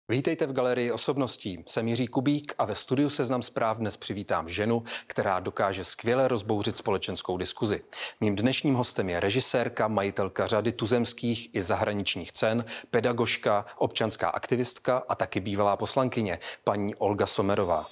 Vítejte v Galerii osobností. Jsem Jiří Kubík a ve studiu Seznam zpráv dnes přivítám ženu, která dokáže skvěle rozbouřit společenskou diskuzi. Mým dnešním hostem je režisérka, majitelka řady tuzemských i zahraničních cen, pedagožka, občanská aktivistka a taky bývalá poslankyně, paní Olga Sommerová.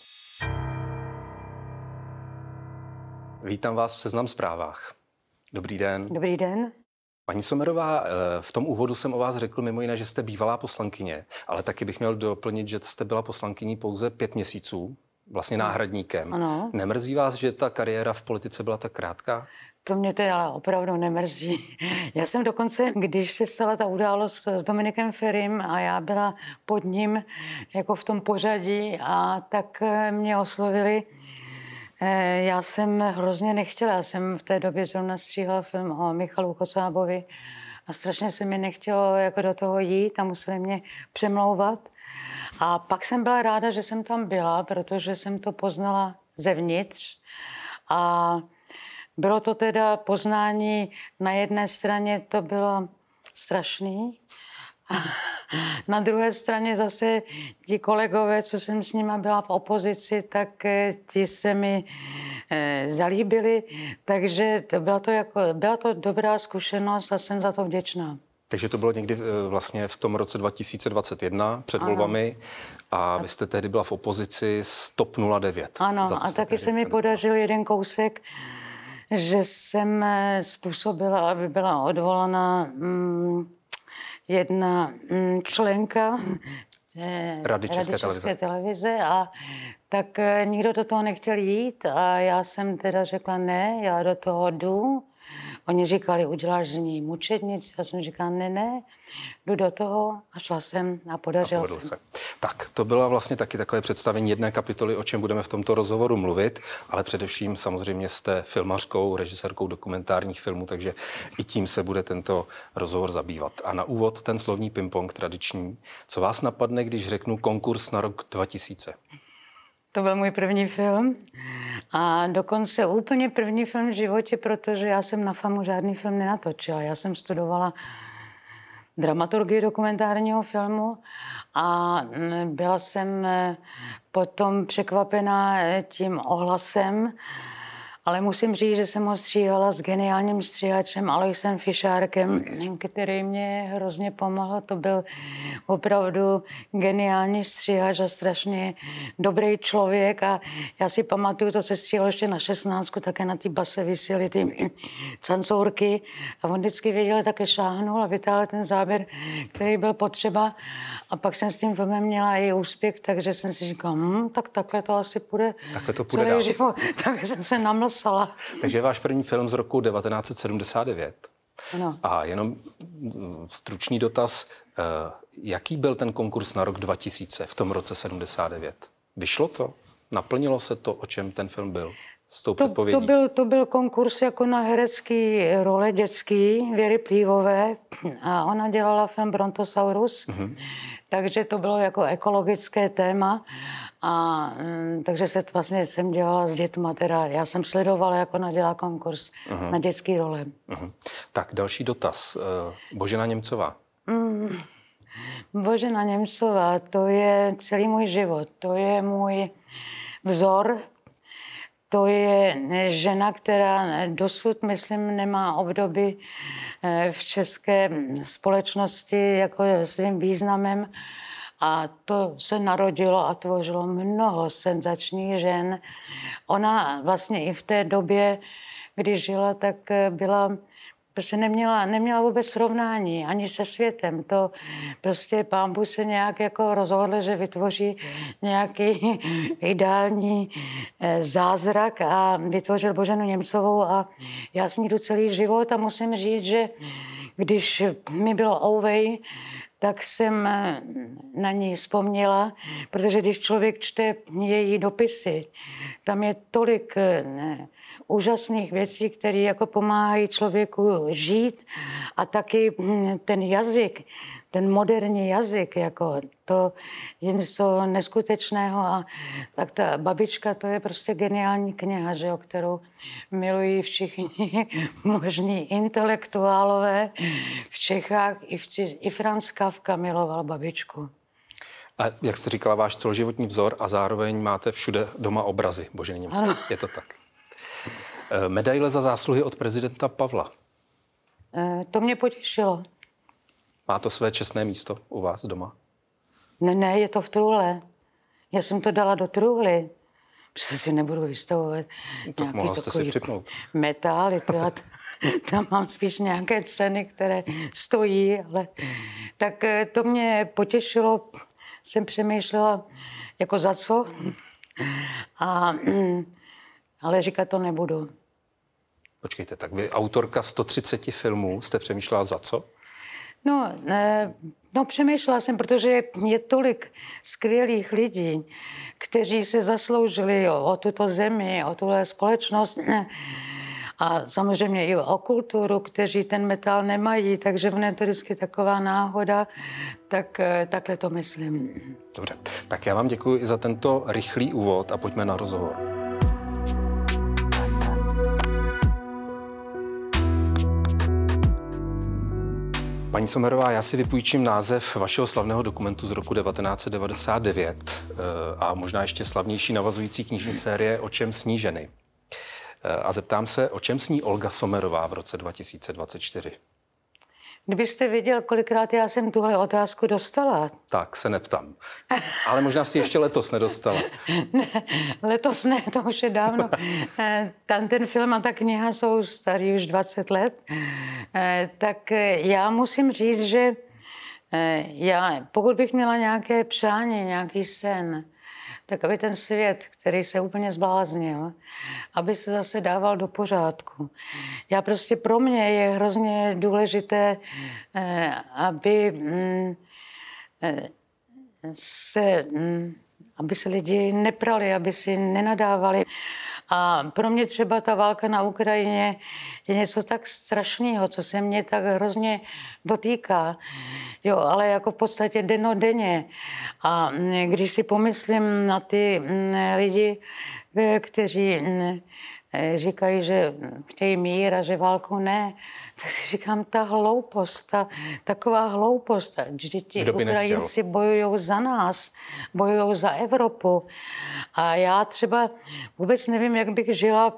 Vítám vás v Seznam zprávách. Dobrý den. Dobrý den. Paní Sommerová, v tom úvodu jsem o vás řekl mimo jiné, že jste bývalá poslankyně, ale taky bych měl doplnit, že jste byla poslankyní pouze 5 měsíců, vlastně náhradníkem. Ano. Nemrzí vás, že ta kariéra v politice byla tak krátká? To mě teda opravdu nemrzí. Já jsem dokonce, když se stala ta událost s Dominikem Ferim a já byla pod ním jako v tom pořadí a tak mě oslovili. Já jsem hrozně nechtěla, já jsem v té době zrovna stříhala film o Michalu Kosábovi a strašně se mi nechtělo jako do toho jít a museli mě přemlouvat. A pak jsem byla ráda, že jsem tam byla, protože jsem to poznala zevnitř a bylo to teda poznání, na jedné straně to bylo strašný, a na druhé straně zase ti kolegové, co jsem s nima byla v opozici, tak ti se mi zalíbili, takže byla to dobrá zkušenost a jsem za to vděčná. Takže to bylo někdy vlastně v tom roce 2021 před volbami a vy jste tehdy byla v opozici s TOP 09. Ano, a taky se mi podařil jeden kousek, že jsem způsobila, aby byla odvolaná jedna členka Rady České televize a tak nikdo do toho nechtěl jít a já jsem teda řekla ne, já do toho jdu. Oni říkali, uděláš z ní mučednici, já jsem říkala ne, jdu do toho a šla jsem a podařilo se. Tak, to byla vlastně taky takové představení jedné kapitoly, o čem budeme v tomto rozhovoru mluvit, ale především samozřejmě jste filmařkou, režisérkou dokumentárních filmů, takže i tím se bude tento rozhovor zabývat. A na úvod ten slovní ping-pong tradiční. Co vás napadne, když řeknu konkurs na rok 2000? To byl můj první film a dokonce úplně první film v životě, protože já jsem na FAMu žádný film nenatočila. Já jsem studovala dramaturgii dokumentárního filmu a byla jsem potom překvapená tím ohlasem, ale musím říct, že jsem ho stříhala s geniálním stříhačem Aloisem Fišárkem, který mě hrozně pomohl. To byl opravdu geniální stříhač a strašně dobrý člověk. A já si pamatuju, to se stříhalo ještě na 16, také na té base visely ty cancourky. A on vždycky věděl, také šáhnul a vytáhl ten záběr, který byl potřeba. A pak jsem s tím filmem měla i úspěch, takže jsem si říkala, tak takhle to asi půjde. Takhle to půjde dál. Život. Tak jsem se namlsala. Takže je váš první film z roku 1979. Ano. A jenom stručný dotaz, jaký byl ten konkurs na rok 2000 v tom roce 79? Vyšlo to? Naplnilo se to, o čem ten film byl? S tou předpovědí? To byl konkurs jako na herecký role dětský Věry Plívové a ona dělala film Brontosaurus, takže to bylo jako ekologické téma a takže vlastně jsem dělala s dětma, teda já jsem sledovala, jak ona dělá konkurs na dětský role. Tak další dotaz. Božena Němcová. Božena Němcová, to je celý můj život, to je můj vzor. To je žena, která dosud, myslím, nemá obdoby v české společnosti jako svým významem. A to se narodilo a tvořilo mnoho senzačních žen. Ona vlastně i v té době, když žila, tak byla... Prostě neměla vůbec srovnání ani se světem. To prostě Pán Bůh se nějak jako rozhodl, že vytvoří nějaký ideální zázrak a vytvořil Boženu Němcovou a já s ní jdu celý život a musím říct, že když mi bylo ouvej, tak jsem na ní vzpomněla, protože když člověk čte její dopisy, tam je tolik úžasných věcí, které jako pomáhají člověku žít a taky ten jazyk, ten moderní jazyk, jako to je něco neskutečného a tak ta babička, to je prostě geniální kniha, že jo, kterou milují všichni možní intelektuálové v Čechách, i Franz Kafka miloval babičku. A jak jste říkala, váš celoživotní vzor a zároveň máte všude doma obrazy Boženy Němcové. Ano. Je to tak. Medaile za zásluhy od prezidenta Pavla. To mě potěšilo. Má to své čestné místo u vás doma? Ne, je to v trůle. Já jsem to dala do trůly. Přece si nebudu vystavovat Tak mohla jste si připnout. Metály, tam mám spíš nějaké ceny, které stojí, ale tak to mě potěšilo. Jsem přemýšlela, jako za co, ale říkat to nebudu. Počkejte, tak vy, autorka 130 filmů, jste přemýšlela za co? No, přemýšlela jsem, protože je tolik skvělých lidí, kteří se zasloužili o tuto zemi, o tuhle společnost a samozřejmě i o kulturu, kteří ten metal nemají, takže je to vždycky taková náhoda, tak takhle to myslím. Dobře, tak já vám děkuji i za tento rychlý úvod a pojďme na rozhovor. Paní Sommerová, já si vypůjčím název vašeho slavného dokumentu z roku 1999 a možná ještě slavnější navazující knižní série O čem sní ženy. A zeptám se, o čem sní Olga Sommerová v roce 2024? Kdybyste věděl, kolikrát já jsem tuhle otázku dostala. Tak se neptám. Ale možná si ještě letos nedostala. Ne, letos ne, to už je dávno. Ten film a ta kniha jsou starý už 20 let. Tak já musím říct, že pokud bych měla nějaké přání, nějaký sen, tak aby ten svět, který se úplně zbláznil, aby se zase dával do pořádku. Já prostě pro mě je hrozně důležité, aby se lidi neprali, aby si nenadávali. A pro mě třeba ta válka na Ukrajině je něco tak strašného, co se mě tak hrozně dotýká. Jo, ale jako v podstatě dennodenně. A když si pomyslím na ty lidi, kteří říkají, že chtějí mír a že válku ne, tak si říkám, ta hloupost, taková hloupost. Vždyť ti Ukrajinci bojují za nás, bojují za Evropu. A já třeba vůbec nevím, jak bych žila,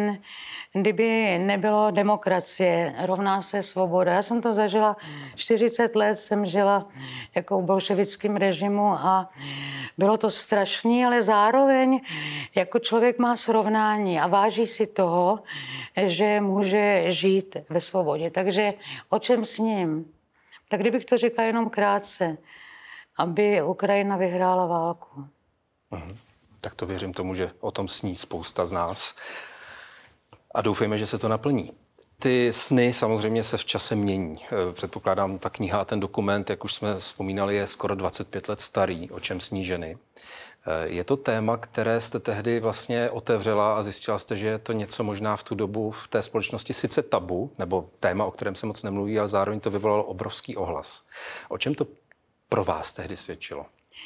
kdyby nebylo demokracie, rovná se svoboda. Já jsem to zažila 40 let, jsem žila jako v bolševickém režimu a bylo to strašný, ale zároveň jako člověk má srovnání a váží si toho, že může žít ve svobodě. Takže o čem sním? Tak kdybych to řekla jenom krátce, aby Ukrajina vyhrála válku. Tak to věřím tomu, že o tom sní spousta z nás. A doufejme, že se to naplní. Ty sny samozřejmě se v čase mění. Předpokládám, ta kniha a ten dokument, jak už jsme vzpomínali, je skoro 25 let starý, O čem sní ženy. Je to téma, které jste tehdy vlastně otevřela a zjistila jste, že je to něco možná v tu dobu v té společnosti sice tabu, nebo téma, o kterém se moc nemluví, ale zároveň to vyvolalo obrovský ohlas. O čem to pro vás tehdy svědčilo?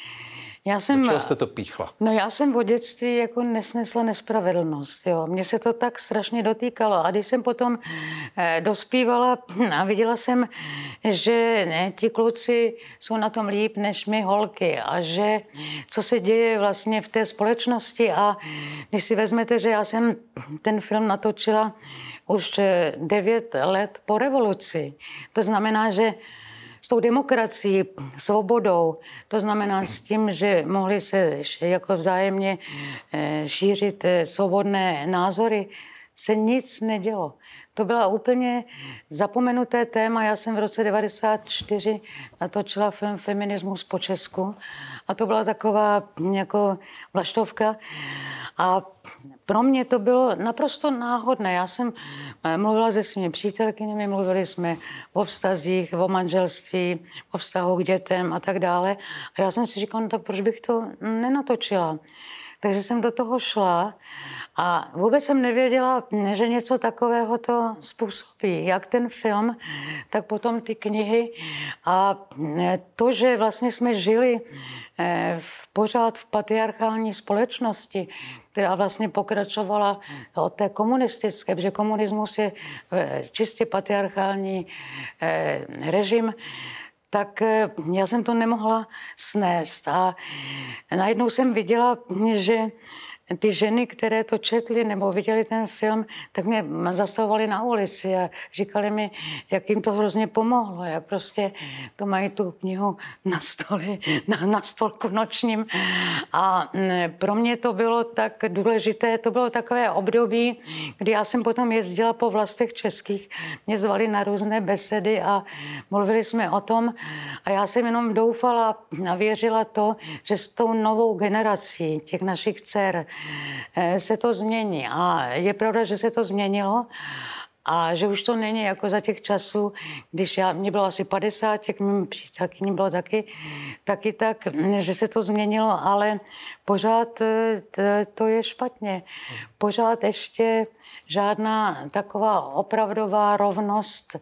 Do čeho jste to píchla? No já jsem v dětství jako nesnesla nespravedlnost. Jo. Mně se to tak strašně dotýkalo. A když jsem potom dospívala a viděla jsem, že ti kluci jsou na tom líp než my holky a že co se děje vlastně v té společnosti. A když si vezmete, že já jsem ten film natočila už 9 let po revoluci. To znamená, že s tou demokracií, svobodou, to znamená s tím, že mohli se jako vzájemně šířit svobodné názory, se nic nedělo. To byla úplně zapomenuté téma. Já jsem v roce 1994 natočila film Feminismus po Česku a to byla taková jako vlaštovka. A pro mě to bylo naprosto náhodné. Já jsem mluvila se svými přítelkyněmi, mluvili jsme o vztazích, o manželství, o vztahu k dětem a tak dále. A já jsem si říkala, no tak proč bych to nenatočila? Takže jsem do toho šla a vůbec jsem nevěděla, že něco takového to způsobí. Jak ten film, tak potom ty knihy. A to, že vlastně jsme žili pořád v patriarchální společnosti, která vlastně pokračovala od té komunistické, protože komunismus je čistě patriarchální režim, tak já jsem to nemohla snést. A najednou jsem viděla, že ty ženy, které to četly nebo viděli ten film, tak mě zastavovali na ulici a říkali mi, jak jim to hrozně pomohlo, jak prostě to mají tu knihu na stole, na stolku nočním. A pro mě to bylo tak důležité, to bylo takové období, kdy já jsem potom jezdila po vlastech českých, mě zvali na různé besedy a mluvili jsme o tom a já jsem jenom doufala a věřila to, že s tou novou generací těch našich dcer se to změní. A je pravda, že se to změnilo a že už to není jako za těch časů, když mě bylo asi 50, těch mým přítelkyní bylo taky tak, že se to změnilo, ale pořád to je špatně. Pořád ještě žádná taková opravdová rovnost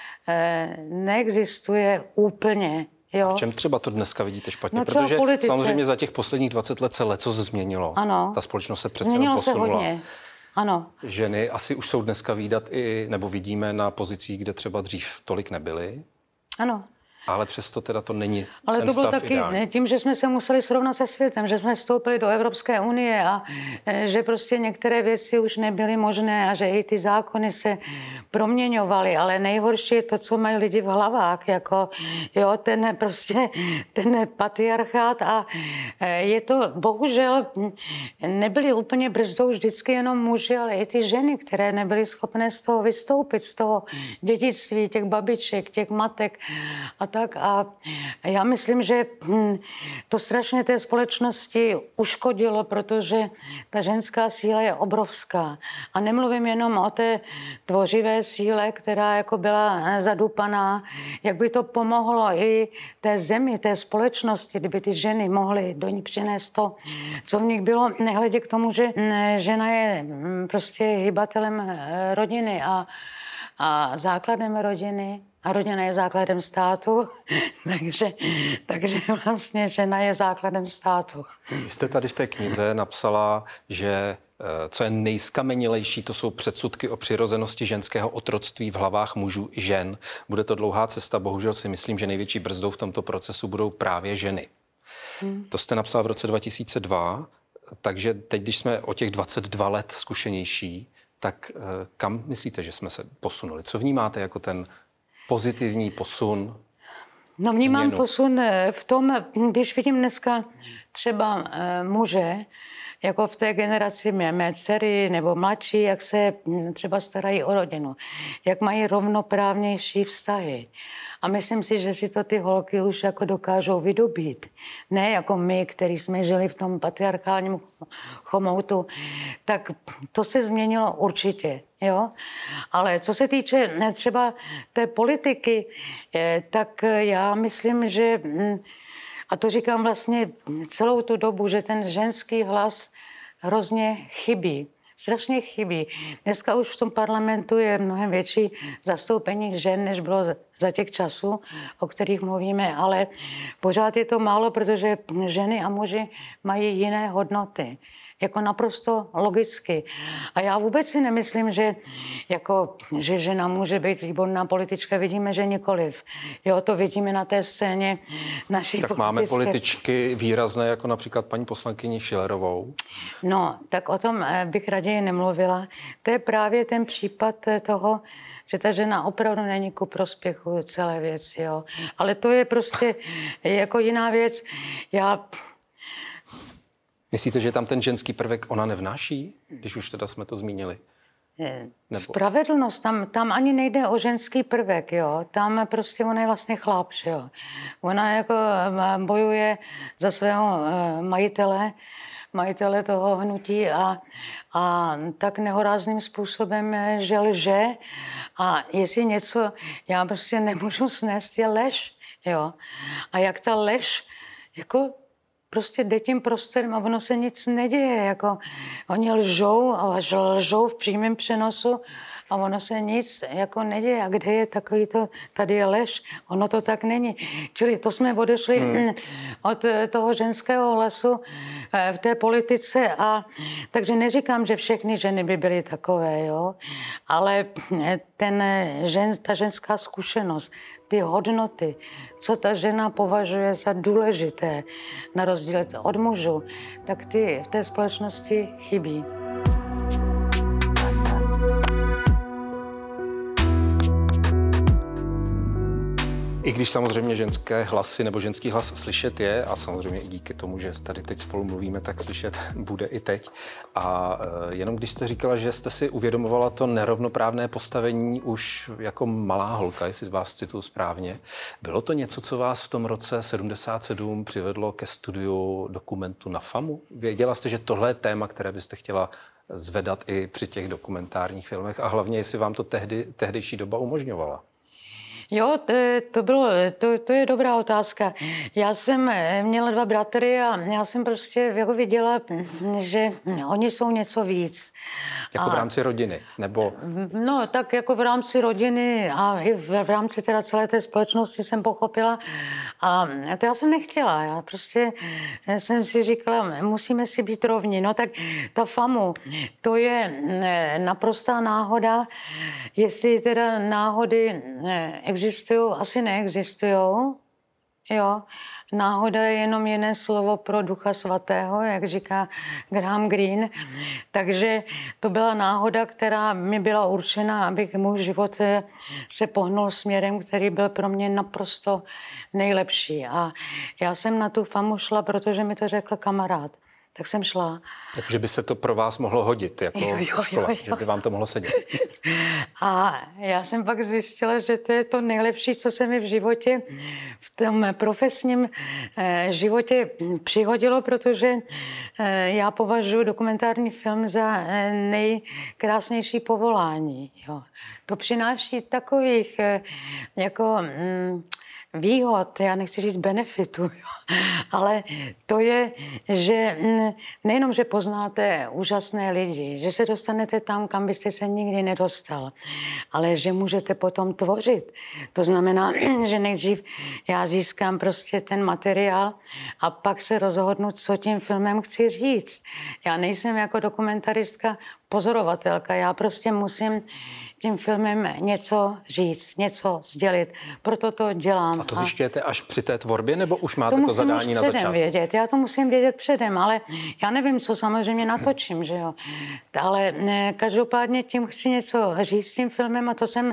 neexistuje úplně. Jo. V čem třeba to dneska vidíte špatně? No třeba protože politice. samozřejmě za těch posledních 20 let se lecos změnilo. Ano. Ta společnost se přece jenom posunula. Se hodně. Ano. Ženy asi už jsou dneska vídat nebo vidíme na pozicích, kde třeba dřív tolik nebyly. Ano. Ale přesto teda to není Ale ten to bylo stav taky ideální. tím, že jsme se museli srovnat se světem, že jsme vstoupili do Evropské unie a že prostě některé věci už nebyly možné a že i ty zákony se proměňovaly, ale nejhorší je to, co mají lidi v hlavách, jako jo, ten patriarchát a je to bohužel nebyly úplně brzdou vždycky jenom muži, ale i ty ženy, které nebyly schopné z toho vystoupit, z toho dědictví, těch babiček, těch matek a tak. A já myslím, že to strašně té společnosti uškodilo, protože ta ženská síla je obrovská. A nemluvím jenom o té tvořivé síle, která jako byla zadupaná, jak by to pomohlo i té zemi, té společnosti, kdyby ty ženy mohly do ní přinést to, co v nich bylo, nehledě k tomu, že žena je prostě hybatelem rodiny a základem rodiny. A rodina je základem státu, takže vlastně žena je základem státu. Vy jste tady v té knize napsala, že co je nejskamenilejší, to jsou předsudky o přirozenosti ženského otroctví v hlavách mužů i žen. Bude to dlouhá cesta, bohužel si myslím, že největší brzdou v tomto procesu budou právě ženy. To jste napsala v roce 2002, takže teď, když jsme o těch 22 let zkušenější, tak kam myslíte, že jsme se posunuli? Co vnímáte jako ten pozitivní posun? No vnímám posun v tom, když vidím dneska třeba muže, jako v té generaci mé dcery nebo mladší, jak se třeba starají o rodinu, jak mají rovnoprávnější vztahy. A myslím si, že si to ty holky už jako dokážou vydobít. Ne jako my, kteří jsme žili v tom patriarchálním chomoutu. Tak to se změnilo určitě. Jo? Ale co se týče třeba té politiky, tak já myslím, že, a to říkám vlastně celou tu dobu, že ten ženský hlas hrozně chybí. Strašně chybí. Dneska už v tom parlamentu je mnohem větší zastoupení žen, než bylo za těch časů, o kterých mluvíme, ale pořád je to málo, protože ženy a muži mají jiné hodnoty. Jako naprosto logicky. A já vůbec si nemyslím, že žena může být výborná politička. Vidíme, že nikoliv. Jo, to vidíme na té scéně naší tak máme političky výrazné, jako například paní poslankyni Schillerovou. No, tak o tom bych raději nemluvila. To je právě ten případ toho, že ta žena opravdu není ku prospěchu celé věci. Jo. Ale to je prostě jako jiná věc. Myslíte, že tam ten ženský prvek ona nevnáší, když už teda jsme to zmínili? Nebo... Spravedlnost, tam ani nejde o ženský prvek, jo. Tam prostě ona je vlastně chlap, že jo. Ona jako bojuje za svého majitele toho hnutí a tak nehorázným způsobem, že lže. A jestli něco, já prostě nemůžu snést, je lež, jo. A jak ta lež, jako prostě jde tím prostorem a ono se nic neděje. Jako, oni lžou, ale lžou v přímém přenosu a ono se nic jako neděje. A kde je takový to, tady je lež, ono to tak není. Čili to jsme odešli od toho ženského hlasu v té politice a takže neříkám, že všechny ženy by byly takové, jo, ale ta ženská zkušenost, ty hodnoty, co ta žena považuje za důležité, na rozdíl od mužů, tak ty v té společnosti chybí. I když samozřejmě ženské hlasy nebo ženský hlas slyšet je, a samozřejmě i díky tomu, že tady teď spolu mluvíme, tak slyšet bude i teď. A jenom když jste říkala, že jste si uvědomovala to nerovnoprávné postavení už jako malá holka, jestli z vás cituju správně, bylo to něco, co vás v tom roce 77 přivedlo ke studiu dokumentu na FAMu? Věděla jste, že tohle je téma, které byste chtěla zvedat i při těch dokumentárních filmech a hlavně, jestli vám to tehdejší doba umožňovala? Jo, to je dobrá otázka. Já jsem měla 2 bratry a já jsem prostě jako viděla, že oni jsou něco víc. Jako v rámci rodiny, nebo? No, tak jako v rámci rodiny a i v rámci teda celé té společnosti jsem pochopila. A to já jsem nechtěla. Já prostě jsem si říkala, musíme si být rovni. No tak ta FAMu, to je naprostá náhoda. Jestli teda náhody existují, asi neexistují. Jo, náhoda je jenom jiné slovo pro Ducha Svatého, jak říká Graham Greene. Takže to byla náhoda, která mi byla určena, abych můj život se pohnul směrem, který byl pro mě naprosto nejlepší. A já jsem na tu FAMu šla, protože mi to řekl kamarád. Tak jsem šla. Takže by se to pro vás mohlo hodit jako škola, že by vám to mohlo sedět. A já jsem pak zjistila, že to je to nejlepší, co se mi v životě, v tom profesním životě přihodilo, protože já považuji dokumentární film za nejkrásnější povolání. Jo. To přináší takových jako výhod, já nechci říct benefitů, jo. Ale to je, že nejenom, že poznáte úžasné lidi, že se dostanete tam, kam byste se nikdy nedostal, ale že můžete potom tvořit. To znamená, že nejdřív já získám prostě ten materiál a pak se rozhodnu, co tím filmem chci říct. Já nejsem jako dokumentaristka pozorovatelka, já prostě musím tím filmem něco říct, něco sdělit. Proto to dělám. A to zjišťujete až při té tvorbě, nebo už máte to zadání na začátku? Vědět. Já to musím vědět předem, ale já nevím, co samozřejmě natočím, že jo. Ale každopádně tím chci něco říct tím filmem a to jsem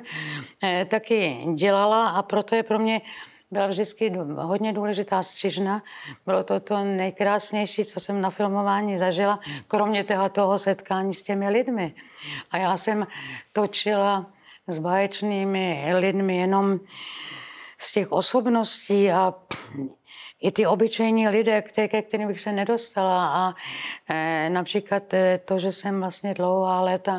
taky dělala a proto je pro mě byla vždycky hodně důležitá střižna. Bylo to nejkrásnější, co jsem na filmování zažila, kromě toho setkání s těmi lidmi. A já jsem točila s báječnými lidmi jenom z těch osobností a i ty obyčejní lidé, ke kterým bych se nedostala. A například to, že jsem vlastně dlouhá léta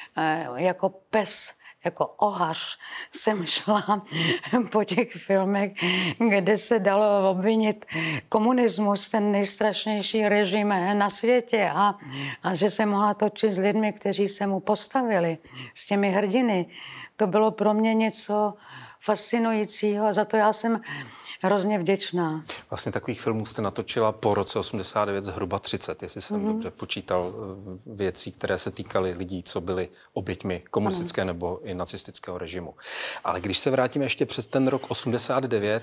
jako pes, jako ohař jsem šla po těch filmech, kde se dalo obvinit komunismus, ten nejstrašnější režim na světě a že se mohla točit s lidmi, kteří se mu postavili, s těmi hrdiny. To bylo pro mě něco fascinujícího, za to já jsem hrozně vděčná. Vlastně takových filmů jste natočila po roce 89 zhruba 30, jestli jsem dobře počítal, věcí, které se týkaly lidí, co byli oběťmi komunistické nebo i nacistického režimu. Ale když se vrátíme ještě přes ten rok 89,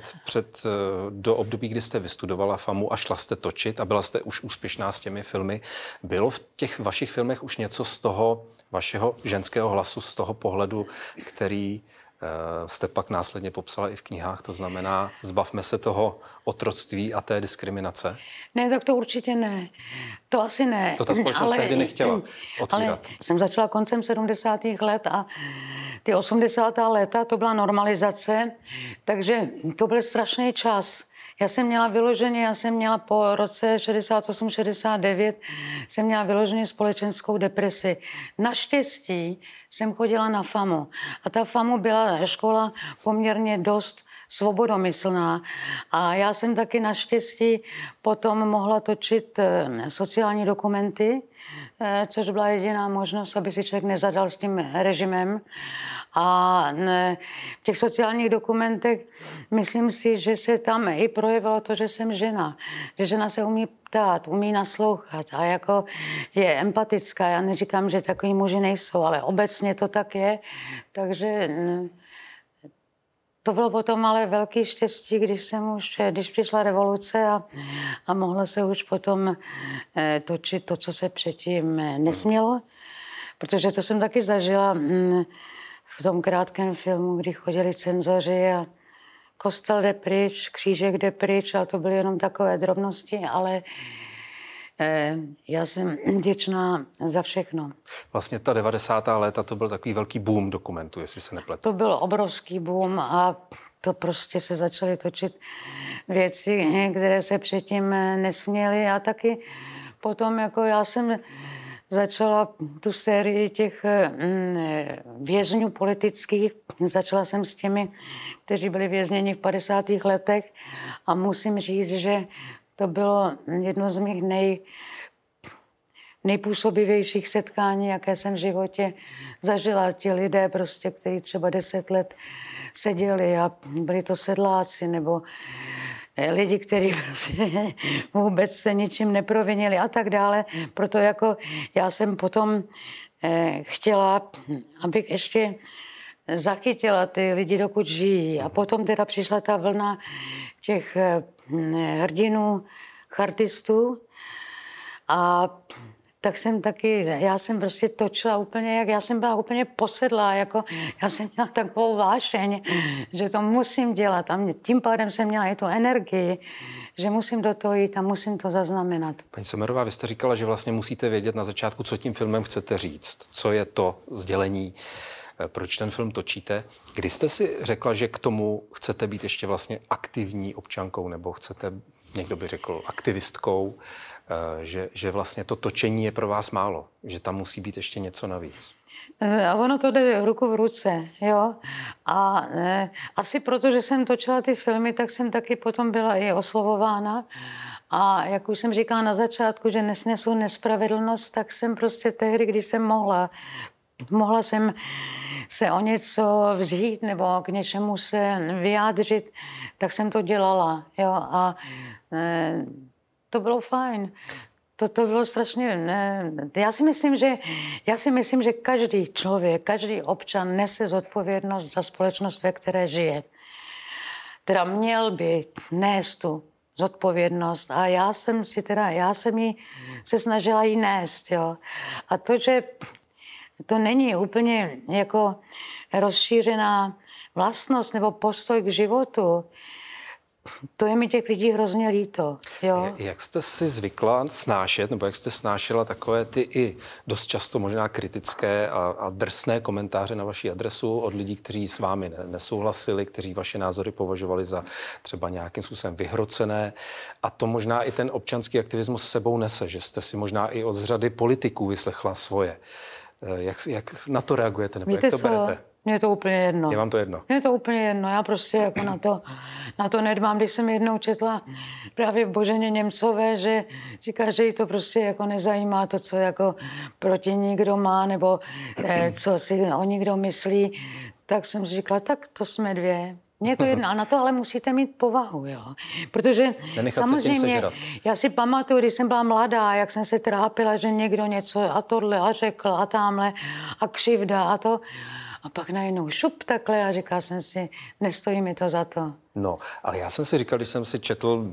do období, kdy jste vystudovala FAMu a šla jste točit a byla jste už úspěšná s těmi filmy, bylo v těch vašich filmech už něco z toho vašeho ženského hlasu, z toho pohledu, který jste pak následně popsala i v knihách, to znamená, zbavme se toho otroctví a té diskriminace? Ne, tak to určitě ne. To asi ne. To ta společnost tehdy nechtěla otvírat. Ale jsem začala koncem 70. let a ty 80. léta to byla normalizace, takže to byl strašný čas. Já jsem měla po roce 68-69, jsem měla vyloženě společenskou depresi. Naštěstí jsem chodila na FAMu. A ta FAMu byla škola poměrně dost svobodomyslná. A já jsem taky naštěstí potom mohla točit sociální dokumenty, což byla jediná možnost, aby si člověk nezadal s tím režimem. A v těch sociálních dokumentech myslím si, že se tam i projevilo to, že jsem žena. Že žena se umí ptát, umí naslouchat a jako je empatická. Já neříkám, že takový muži nejsou, ale obecně to tak je. Takže to bylo potom ale velký štěstí, když přišla revoluce a mohlo se už potom točit to, co se předtím nesmělo. Protože to jsem taky zažila v tom krátkém filmu, kdy chodili cenzoři a kostel jde pryč, křížek jde pryč, a to byly jenom takové drobnosti, ale já jsem vděčná za všechno. Vlastně ta 90. léta to byl takový velký boom dokumentu, jestli se nepletu. To byl obrovský boom a to prostě se začaly točit věci, které se předtím nesměly, a taky potom jako já jsem začala tu sérii těch vězňů politických. Začala jsem s těmi, kteří byli vězněni v 50. letech, a musím říct, že to bylo jedno z mých nejpůsobivějších setkání, jaké jsem v životě zažila. Ti lidé prostě, kteří třeba 10 let seděli a byli to sedláci nebo lidi, kteří prostě vůbec se ničím neprovinili a tak dále. Proto jako já jsem potom chtěla, abych ještě zachytila ty lidi, dokud žijí. A potom teda přišla ta vlna těch hrdinů, chartistů, a tak jsem taky, já jsem prostě točila úplně, já jsem byla úplně posedlá, jako já jsem měla takovou vášeň, že to musím dělat, a tím pádem jsem měla i tu energii, že musím do toho jít a musím to zaznamenat. Paní Sommerová, vy jste říkala, že vlastně musíte vědět na začátku, co tím filmem chcete říct, co je to sdělení, proč ten film točíte. Kdy jste si řekla, že k tomu chcete být ještě vlastně aktivní občankou, nebo chcete, někdo by řekl, aktivistkou, že vlastně to točení je pro vás málo, že tam musí být ještě něco navíc? A ono to jde ruku v ruce, jo. A asi proto, že jsem točila ty filmy, tak jsem taky potom byla i oslovována. A jak už jsem říkala na začátku, že nesnesu nespravedlnost, tak jsem prostě tehdy, když jsem mohla jsem se o něco vzít nebo k něčemu se vyjádřit, tak jsem to dělala, jo. A to bylo fajn. To bylo strašně... Já si myslím, že každý člověk, každý občan nese zodpovědnost za společnost, ve které žije. Teda měl by nést tu zodpovědnost, a já jsem ji se snažila jí nést, jo. A to, že to není úplně jako rozšířená vlastnost nebo postoj k životu, to je mi těch lidí hrozně líto, jo. Jak jste si zvykla snášet, nebo jak jste snášela takové ty i dost často možná kritické a drsné komentáře na vaši adresu od lidí, kteří s vámi nesouhlasili, kteří vaše názory považovali za třeba nějakým způsobem vyhrocené, a to možná i ten občanský aktivismus s sebou nese, že jste si možná i od řady politiků vyslechla svoje. Jak na to reagujete, nebo Víte jak to co? berete? Mně je to úplně jedno. Je vám to jedno? Mně je to úplně jedno. Já prostě jako na to nedbám. Když jsem jednou četla právě v Boženě Němcové, že říká, že jí to prostě jako nezajímá to, co jako proti někdo má, nebo co si o někdo myslí, tak jsem si říkala, tak to jsme dvě. Mně je to jedno, a na to ale musíte mít povahu, jo. Protože samozřejmě, já si pamatuju, když jsem byla mladá, jak jsem se trápila, že někdo něco a tohle a řekl a tamhle a křivda a to. A pak najednou šup takhle a říkala jsem si, nestojí mi to za to. No, ale já jsem si říkal, když jsem si četl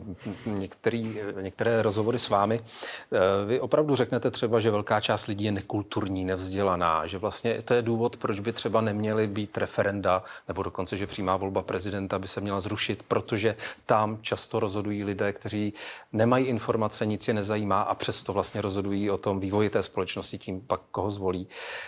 některé rozhovory s vámi, vy opravdu řeknete třeba, že velká část lidí je nekulturní, nevzdělaná, že vlastně to je důvod, proč by třeba neměly být referenda, nebo dokonce, že přímá volba prezidenta by se měla zrušit, protože tam často rozhodují lidé, kteří nemají informace, nic je nezajímá, a přesto vlastně rozhodují o tom vývoji té společnosti, tím pak koho zvolí.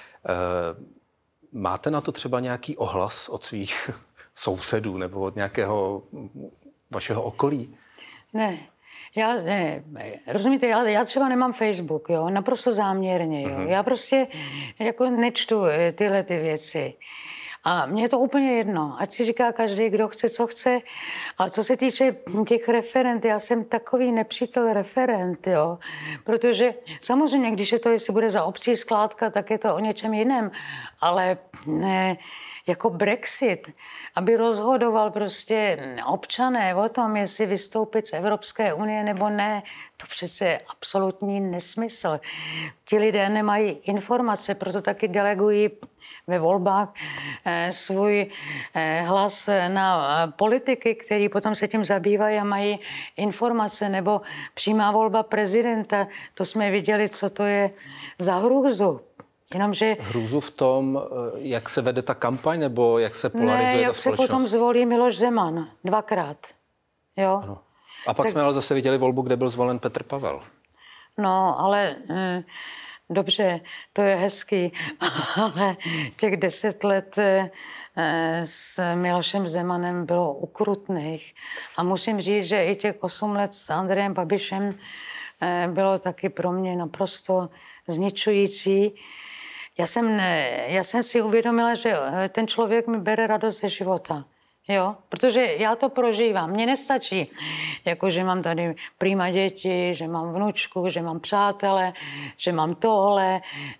Máte na to třeba nějaký ohlas od svých sousedů nebo od nějakého vašeho okolí? Ne. Rozumíte, já třeba nemám Facebook, jo, naprosto záměrně, jo. Já prostě jako nečtu tyhle ty věci. A mně je to úplně jedno, ať si říká každý, kdo chce, co chce. A co se týče těch referent, já jsem takový nepřítel referent, jo. Protože samozřejmě, když je to, jestli bude za obcí skládka, tak je to o něčem jiném. Ale ne, jako Brexit, aby rozhodoval prostě občané o tom, jestli vystoupit z Evropské unie nebo ne, to přece je absolutní nesmysl. Ti lidé nemají informace, proto taky delegují ve volbách svůj hlas na politiky, který potom se tím zabývají a mají informace, nebo přímá volba prezidenta. To jsme viděli, co to je za hrůzu. Jenomže... Hrůzu v tom, jak se vede ta kampaň, nebo jak se polarizuje ta společnost? Jak se potom zvolí Miloš Zeman 2krát. Jo? Ano. A pak jsme ale zase viděli volbu, kde byl zvolen Petr Pavel. No, ale dobře, to je hezký, ale těch 10 let s Milošem Zemanem bylo ukrutných. A musím říct, že i těch 8 let s Andrejem Babišem bylo taky pro mě naprosto zničující. Já jsem si uvědomila, že ten člověk mi bere radost ze života. Jo, protože já to prožívám. Mně nestačí, jako že mám tady prima děti, že mám vnučku, že mám přátele, že mám tohle,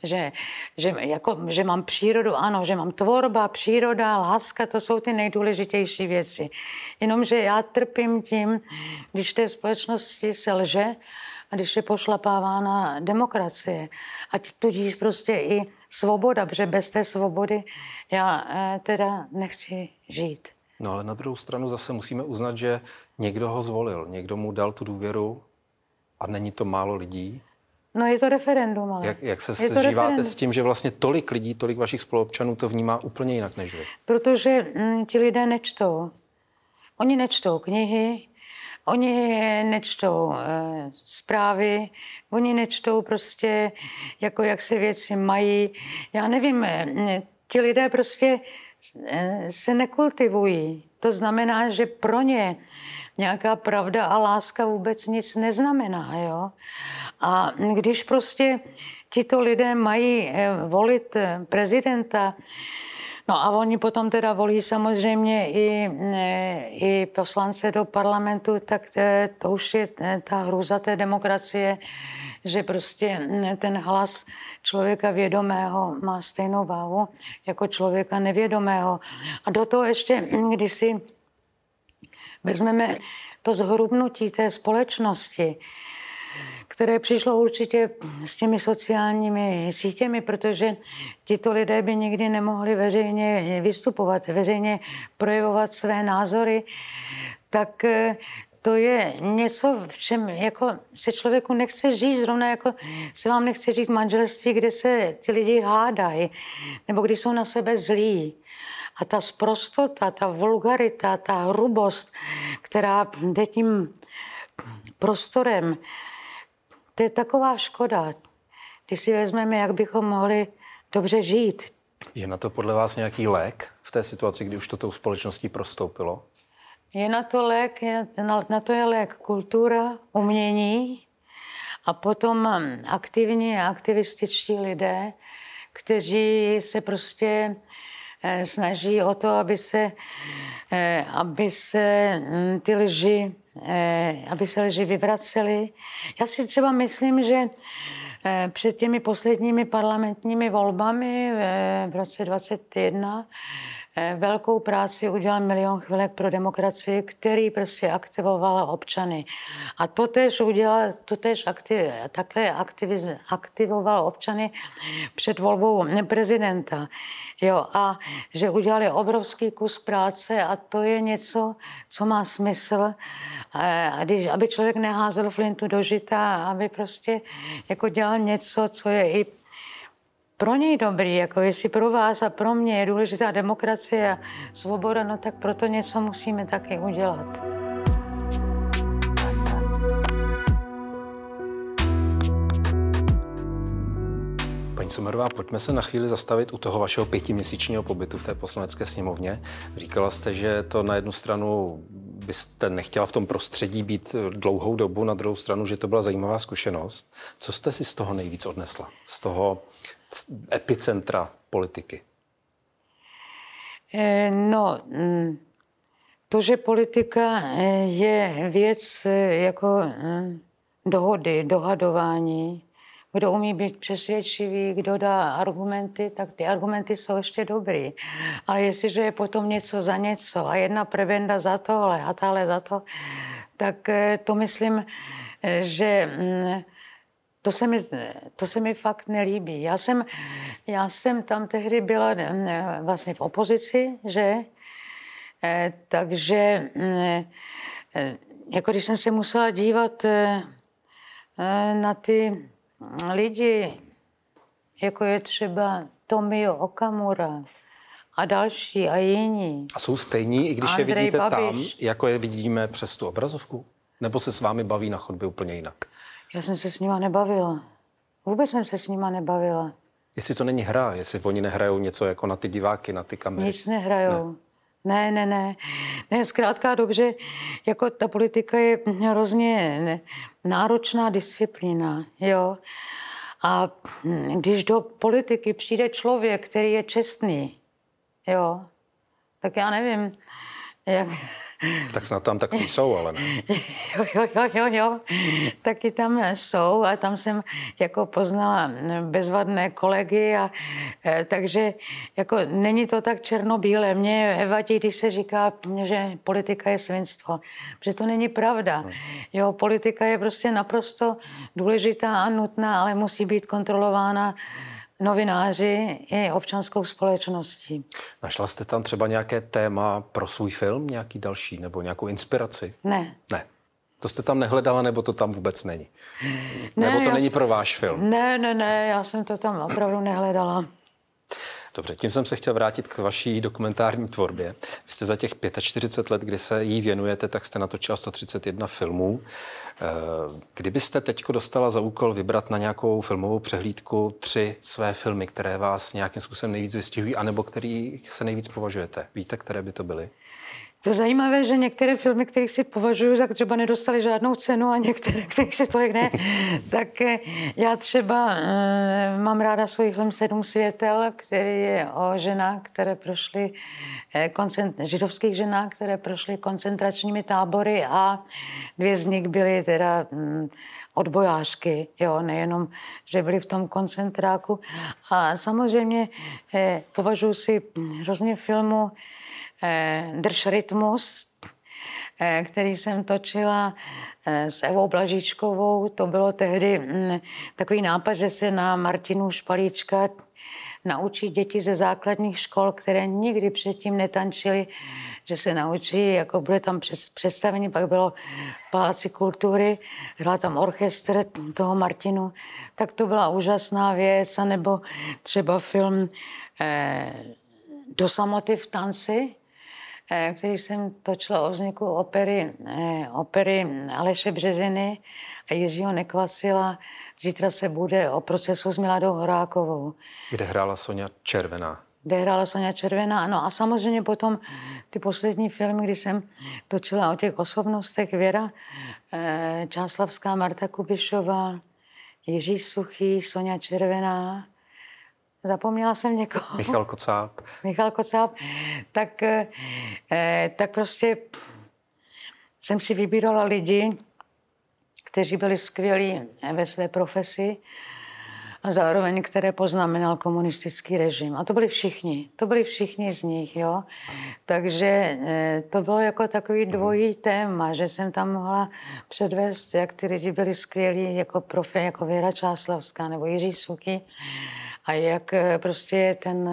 že mám přírodu, ano, že mám tvorba, příroda, láska, to jsou ty nejdůležitější věci. Jenomže já trpím tím, když v té společnosti se lže a když je pošlapávána demokracie. Ať tudíž prostě i svoboda, protože bez té svobody já teda nechci žít. No ale na druhou stranu zase musíme uznat, že někdo ho zvolil, někdo mu dal tu důvěru a není to málo lidí. No je to referendum, ale... Jak se sžíváte s tím, že vlastně tolik lidí, tolik vašich spoluobčanů to vnímá úplně jinak než vy? Protože ti lidé nečtou. Oni nečtou knihy, oni nečtou zprávy, oni nečtou prostě, jako jak se věci mají. Já nevím, ti lidé prostě se nekultivují. To znamená, že pro ně nějaká pravda a láska vůbec nic neznamená, jo. A když prostě tito lidé mají volit prezidenta, no a oni potom teda volí samozřejmě i poslance do parlamentu, tak to už je ta hrůza té demokracie, že prostě ten hlas člověka vědomého má stejnou váhu jako člověka nevědomého. A do toho ještě, když si vezmeme to zhrubnutí té společnosti, které přišlo určitě s těmi sociálními sítěmi, protože tito lidé by nikdy nemohli veřejně vystupovat, veřejně projevovat své názory, tak to je něco, v čem jako se člověku nechce žít, zrovna jako se vám nechce žít manželství, kde se ti lidi hádají, nebo když jsou na sebe zlí. A ta sprostota, ta vulgarita, ta hrubost, která jde tím prostorem, to je taková škoda, když si vezmeme, jak bychom mohli dobře žít. Je na to podle vás nějaký lék v té situaci, kdy už to tou společností prostoupilo? Je na to lék, na to je lék kultura, umění a potom aktivní a aktivističtí lidé, kteří se prostě snaží o to, aby se ty lži vyvracely. Já si třeba myslím, že před těmi posledními parlamentními volbami v roce 2021 velkou práci udělal Milion chvilek pro demokracii, který prostě aktivoval občany. A aktivoval občany před volbou prezidenta. Jo, a že udělali obrovský kus práce a to je něco, co má smysl, aby člověk neházel flintu do žita, aby prostě jako dělal něco, co je i pro něj dobrý, jako jestli pro vás a pro mě je důležitá demokracie a svoboda, no tak proto něco musíme taky udělat. Paní Sommerová, pojďme se na chvíli zastavit u toho vašeho 5měsíčního pobytu v té poslanecké sněmovně. Říkala jste, že to na jednu stranu byste nechtěla v tom prostředí být dlouhou dobu, na druhou stranu, že to byla zajímavá zkušenost. Co jste si z toho nejvíc odnesla? Z toho epicentra politiky? To, že politika je věc jako dohody, dohadování, kdo umí být přesvědčivý, kdo dá argumenty, tak ty argumenty jsou ještě dobrý. Ale jestliže je potom něco za něco a jedna prebenda za tohle a tahle za to, tak to myslím, že to se mi fakt nelíbí. Já jsem tam tehdy byla vlastně v opozici, že? Takže jako když jsem se musela dívat na ty lidi, jako je třeba Tomio Okamura a další a jiní. A jsou stejní, i když Andrej je vidíte Babiš. tam, jako je vidíme přes tu obrazovku? Nebo se s vámi baví na chodbě úplně jinak? Já jsem se s nima nebavila. Vůbec jsem se s nima nebavila. Jestli to není hra, jestli oni nehrajou něco jako na ty diváky, na ty kamery. Nic nehrajou. Ne. Ne, zkrátka dobře, jako ta politika je hrozně náročná disciplína, jo. A když do politiky přijde člověk, který je čestný, jo, tak já nevím, jak... Tak snad tam takový jsou, ale ne. Jo. Taky tam jsou a tam jsem jako poznala bezvadné kolegy a takže jako není to tak černobílé. Mně vadí, když se říká, že politika je svinstvo. Protože to není pravda. Jo, politika je prostě naprosto důležitá a nutná, ale musí být kontrolována novináři i občanskou společností. Našla jste tam třeba nějaké téma pro svůj film, nějaký další, nebo nějakou inspiraci? Ne. Ne. To jste tam nehledala, nebo to tam vůbec není? Nebo to není pro váš film? Ne, já jsem to tam opravdu nehledala. Dobře, tím jsem se chtěl vrátit k vaší dokumentární tvorbě. Vy jste za těch 45 let, kdy se jí věnujete, tak jste natočila 131 filmů. Kdybyste teďko dostala za úkol vybrat na nějakou filmovou přehlídku 3 své filmy, které vás nějakým způsobem nejvíc vystihují, anebo kterých se nejvíc považujete, víte, které by to byly? To je zajímavé, že některé filmy, kterých si považuji, tak třeba nedostali žádnou cenu a některé, kterých si tolik ne. Tak já třeba mám ráda svůj film 7 světel, který je o ženách, které prošly, židovských ženách, které prošly koncentračními tábory a 2 z nich byly teda odbojářky, jo, nejenom, že byly v tom koncentráku. A samozřejmě považuji si hrozně filmu Drž rytmus, který jsem točila s Evou Blažíčkovou. To bylo tehdy takový nápad, že se na Martinu Špalíčka naučí děti ze základních škol, které nikdy předtím netančily, že se naučí, jako bude tam představení, pak bylo v Paláci kultury, hrál tam orchestr toho Martinu, tak to byla úžasná věc, anebo třeba film Do samoty v tanci, který jsem točila o vzniku opery Aleše Březiny a Jiřího Nekvasila. Zítra se bude o procesu s Miladou Horákovou. Kde hrála Soňa Červená. Ano, a samozřejmě potom ty poslední filmy, kdy jsem točila o těch osobnostech, Věra Čáslavská, Marta Kubišová, Jiří Suchý, Soňa Červená. Zapomněla jsem někoho. Michal Kocáb. Tak prostě jsem si vybírala lidi, kteří byli skvělí ve své profesi a zároveň, které poznamenal komunistický režim. A to byli všichni z nich, jo. Takže to bylo jako takový dvojí téma, že jsem tam mohla předvést, jak ty lidi byli skvělí jako Věra Čáslavská nebo Jiří Suchý a jak prostě ten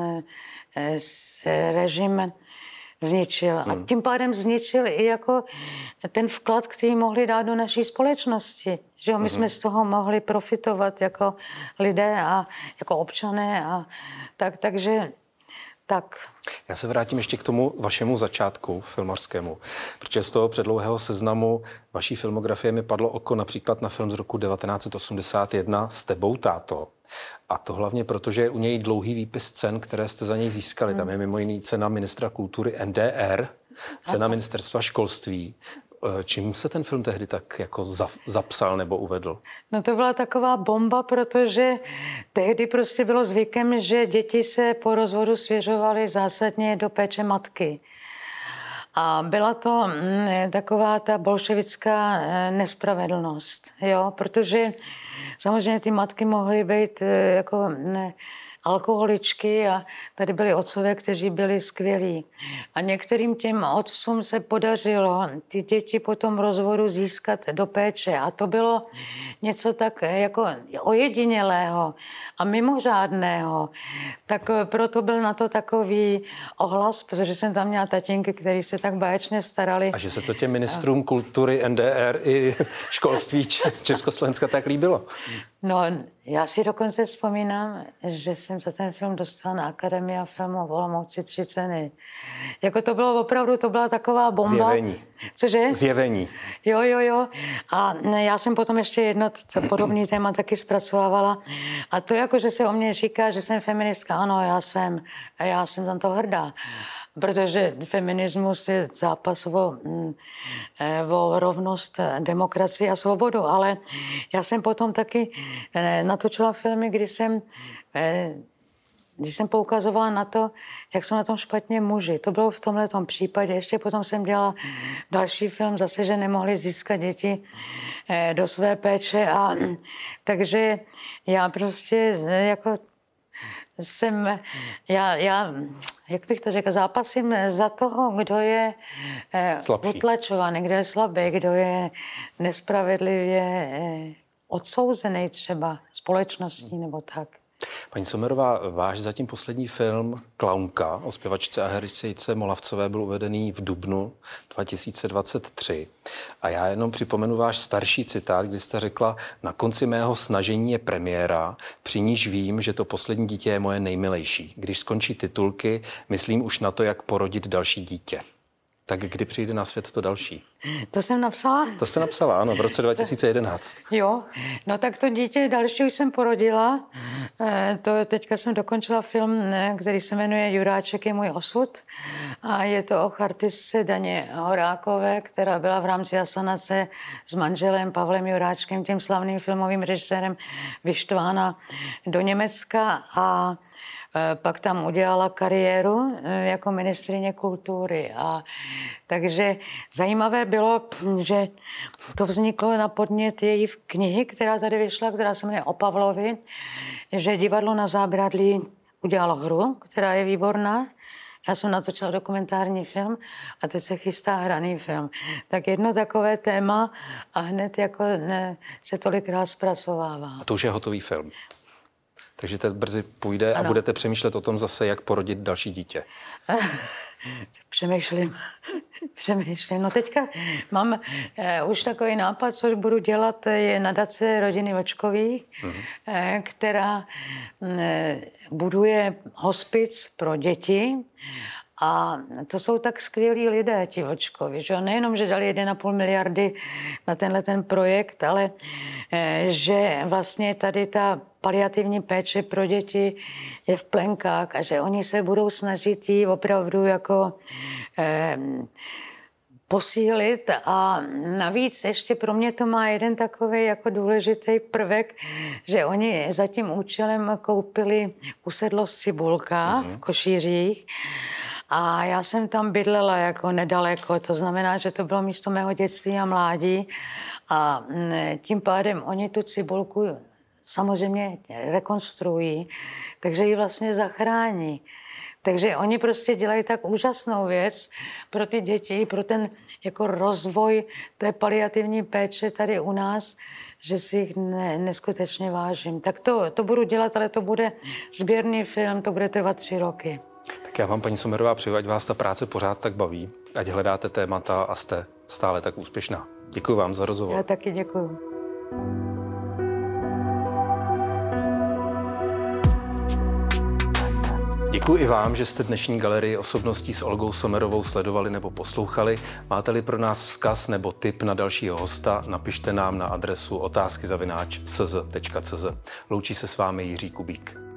režim zničil. A tím pádem zničil i jako ten vklad, který mohli dát do naší společnosti. Že jo, my jsme z toho mohli profitovat jako lidé a jako občané a takže tak. Já se vrátím ještě k tomu vašemu začátku filmařskému, protože z toho předlouhého seznamu vaší filmografie mi padlo oko například na film z roku 1981 S tebou, táto. A to hlavně proto, že je u něj dlouhý výpis cen, které jste za něj získali. Tam je mimo jiný cena ministra kultury NDR cena ministerstva školství. Čím se ten film tehdy tak jako zapsal nebo uvedl? No to byla taková bomba, protože tehdy prostě bylo zvykem, že děti se po rozvodu svěřovaly zásadně do péče matky. A byla to taková ta bolševická nespravedlnost, jo? Protože samozřejmě ty matky mohly být jako alkoholičky a tady byli otcové, kteří byli skvělí. A některým těm otcům se podařilo ty děti po tom rozvodu získat do péče. A to bylo něco tak jako ojedinělého a mimořádného. Tak proto byl na to takový ohlas, protože jsem tam měla tatínky, kteří se tak báječně starali. A že se to těm ministrům kultury, NDR i školství Československa tak líbilo? No, já si dokonce vzpomínám, že jsem za ten film dostala na Akademii filmu v Olomouci 3 ceny. Jako to bylo opravdu, to byla taková bomba. Zjevení. Cože? Zjevení. Jo. A já jsem potom ještě jedno podobný téma taky zpracovávala. A to jako, že se o mě říká, že jsem feministka, ano, já jsem. A já jsem tam to hrdá. Protože feminismus je zápas o rovnost, demokracii a svobodu. Ale já jsem potom taky natočila filmy, kdy jsem poukazovala na to, jak jsou na tom špatně muži. To bylo v tomhletom případě. Ještě potom jsem dělala další film, zase, že nemohli získat děti do své péče. Takže já prostě jako jak bych to řekla, zápasím za toho, kdo je utlačovaný, kdo je slabý, kdo je nespravedlivě odsouzený třeba společností nebo tak. Paní Sommerová, váš zatím poslední film Klaunka o zpěvačce a herečce Molavcové byl uvedený v dubnu 2023. A já jenom připomenu váš starší citát, kdy jste řekla: na konci mého snažení je premiéra, při níž vím, že to poslední dítě je moje nejmilejší. Když skončí titulky, myslím už na to, jak porodit další dítě. Tak kdy přijde na svět to další? To jsem napsala? To jste napsala, ano, v roce 2011. Jo, no tak to dítě další už jsem porodila. Teďka jsem dokončila film, který se jmenuje Juráček je můj osud. A je to o chartistce Daně Horákové, která byla v rámci asanace s manželem Pavlem Juráčkem, tím slavným filmovým režisérem, vyštvána do Německa a pak tam udělala kariéru jako ministryně kultury. Takže zajímavé bylo, že to vzniklo na podnět její knihy, která tady vyšla, která se jmenuje O Pavlovi, že divadlo na Zábradlí udělalo hru, která je výborná. Já jsem natočila dokumentární film a teď se chystá hraný film. Tak jedno takové téma a hned jako se tolikrát zpracovává. A to už je hotový film. Takže to brzy půjde a budete přemýšlet o tom zase, jak porodit další dítě. Přemýšlím. No teďka mám už takový nápad, což budu dělat, je nadace rodiny Vlčkových, která buduje hospic pro děti. A to jsou tak skvělí lidé, ti Vlčkovi, že nejenom, že dali 1,5 miliardy na ten projekt, ale že vlastně tady ta paliativní péče pro děti je v plenkách a že oni se budou snažit ji opravdu jako posílit a navíc ještě pro mě to má jeden takový jako důležitý prvek, že oni za tím účelem koupili usedlost Cibulka v Košířích. A já jsem tam bydlela jako nedaleko, to znamená, že to bylo místo mého dětství a mládí. A tím pádem oni tu Cibulku samozřejmě rekonstruují, takže ji vlastně zachrání. Takže oni prostě dělají tak úžasnou věc pro ty děti, pro ten jako rozvoj té paliativní péče tady u nás, že si jich neskutečně vážím. Tak to budu dělat, ale to bude sběrný film, to bude trvat 3 roky. Tak já vám, paní Sommerová, přeju, ať vás ta práce pořád tak baví, ať hledáte témata a jste stále tak úspěšná. Děkuji vám za rozhovor. Já taky děkuji. Děkuji i vám, že jste dnešní galerii osobností s Olgou Sommerovou sledovali nebo poslouchali. Máte-li pro nás vzkaz nebo tip na dalšího hosta, napište nám na adresu otázky@cz.cz. Loučí se s vámi Jiří Kubík.